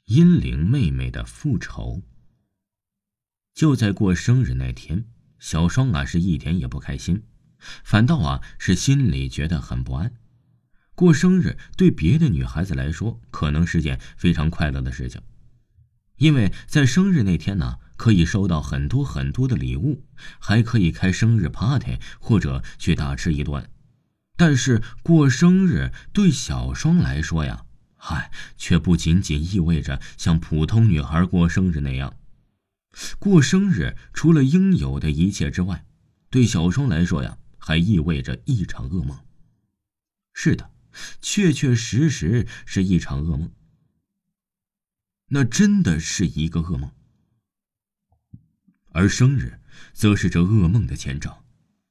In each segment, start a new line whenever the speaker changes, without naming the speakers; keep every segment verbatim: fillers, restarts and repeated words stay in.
阴灵妹妹的复仇。就在过生日那天，小双啊是一点也不开心，反倒啊是心里觉得很不安。过生日对别的女孩子来说可能是件非常快乐的事情，因为在生日那天呢，可以收到很多很多的礼物，还可以开生日 party 或者去大吃一顿。但是过生日对小双来说呀，嗨，却不仅仅意味着像普通女孩过生日那样。过生日除了应有的一切之外，对小双来说呀，还意味着一场噩梦。是的，确确实实是一场噩梦。那真的是一个噩梦。而生日则是这噩梦的前兆。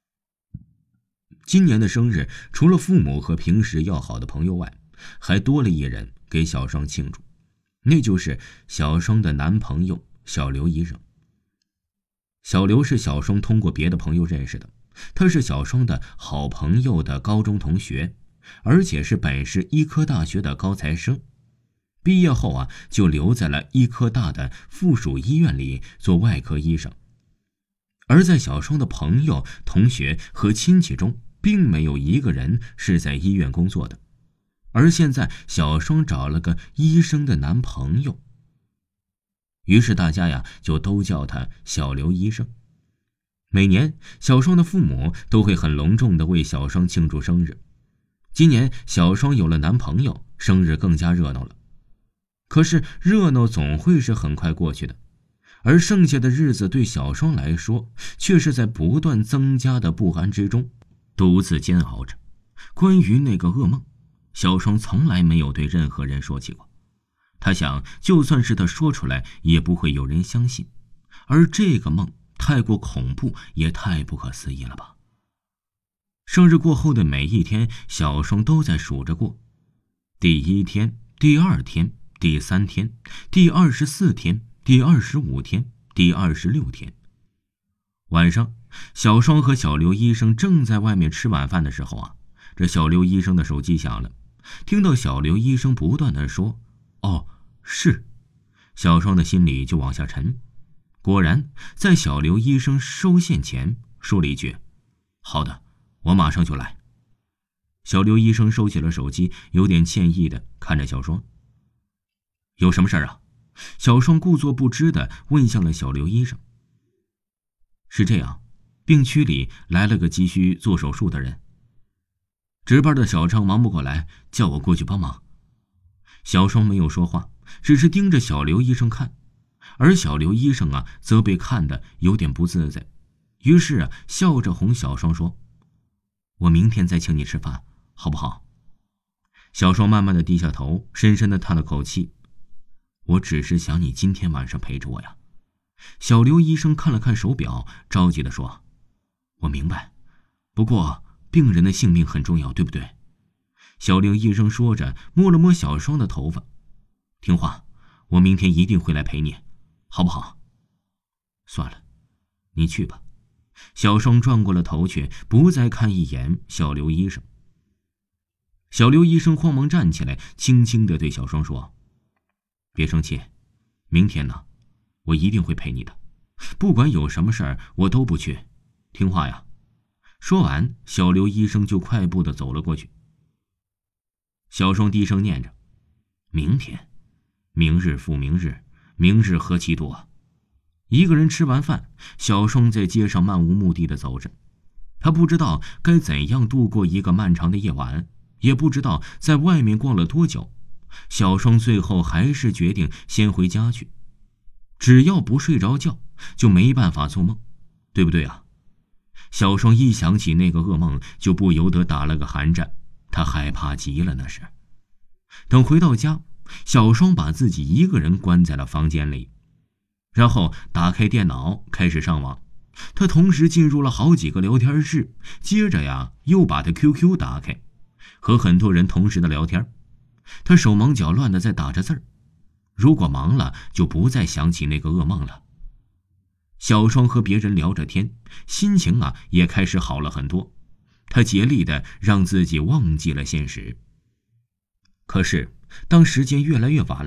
今年的生日，除了父母和平时要好的朋友外，还多了一人给小双庆祝，那就是小双的男朋友小刘医生。小刘是小双通过别的朋友认识的，他是小双的好朋友的高中同学，而且是本市医科大学的高材生。毕业后啊，就留在了医科大的附属医院里做外科医生。而在小双的朋友、同学和亲戚中，并没有一个人是在医院工作的。而现在小双找了个医生的男朋友，于是大家呀就都叫他小刘医生。每年小双的父母都会很隆重地为小双庆祝生日。今年小双有了男朋友，生日更加热闹了。可是热闹总会是很快过去的，而剩下的日子对小双来说，却是在不断增加的不安之中独自煎熬着。关于那个噩梦，小双从来没有对任何人说起过。他想，就算是他说出来，也不会有人相信。而这个梦太过恐怖，也太不可思议了吧。生日过后的每一天，小双都在数着过。第一天，第二天，第三天，第二十四天，第二十五天，第二十六天。晚上，小双和小刘医生正在外面吃晚饭的时候啊，这小刘医生的手机响了。听到小刘医生不断地说哦，是，小双的心里就往下沉。果然，在小刘医生收线前说了一句：好的，我马上就来。小刘医生收起了手机，有点歉意地看着小双。有什么事啊？小双故作不知地问向了小刘医生。是这样，病区里来了个急需做手术的人，值班的小张忙不过来，叫我过去帮忙。小双没有说话，只是盯着小刘医生看，而小刘医生啊，则被看得有点不自在，于是啊，笑着哄小双说：我明天再请你吃饭，好不好？小双慢慢的低下头，深深的叹了口气：我只是想你今天晚上陪着我呀。小刘医生看了看手表，着急的说：我明白，不过病人的性命很重要，对不对？小刘医生说着，摸了摸小双的头发：听话，我明天一定会来陪你，好不好？算了，你去吧。小双转过了头去，不再看一眼小刘医生。小刘医生慌忙站起来，轻轻地对小双说：别生气，明天呢，我一定会陪你的，不管有什么事儿，我都不去，听话呀。说完，小刘医生就快步地走了过去。小双低声念着：明天，明日复明日，明日何其多。一个人吃完饭，小双在街上漫无目的地走着。他不知道该怎样度过一个漫长的夜晚，也不知道在外面逛了多久。小双最后还是决定先回家去。只要不睡着觉，就没办法做梦，对不对啊？小双一想起那个噩梦，就不由得打了个寒战，他害怕极了那是。等回到家，小双把自己一个人关在了房间里，然后打开电脑开始上网。他同时进入了好几个聊天室，接着呀又把他 Q Q 打开，和很多人同时的聊天。他手忙脚乱的在打着字儿，如果忙了就不再想起那个噩梦了。小双和别人聊着天，心情啊也开始好了很多。他竭力的让自己忘记了现实。可是当时间越来越晚了，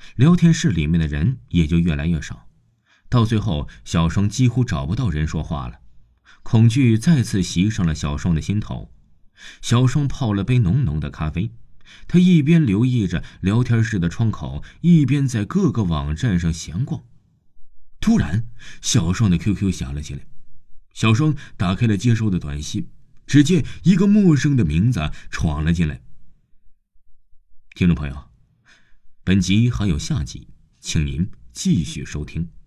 聊天室里面的人也就越来越少。到最后，小双几乎找不到人说话了，恐惧再次袭上了小双的心头。小双泡了杯浓浓的咖啡，他一边留意着聊天室的窗口，一边在各个网站上闲逛。突然，小双的 Q Q 响了起来，小双打开了接收的短信，只见一个陌生的名字闯了进来。听众朋友，本集还有下集，请您继续收听。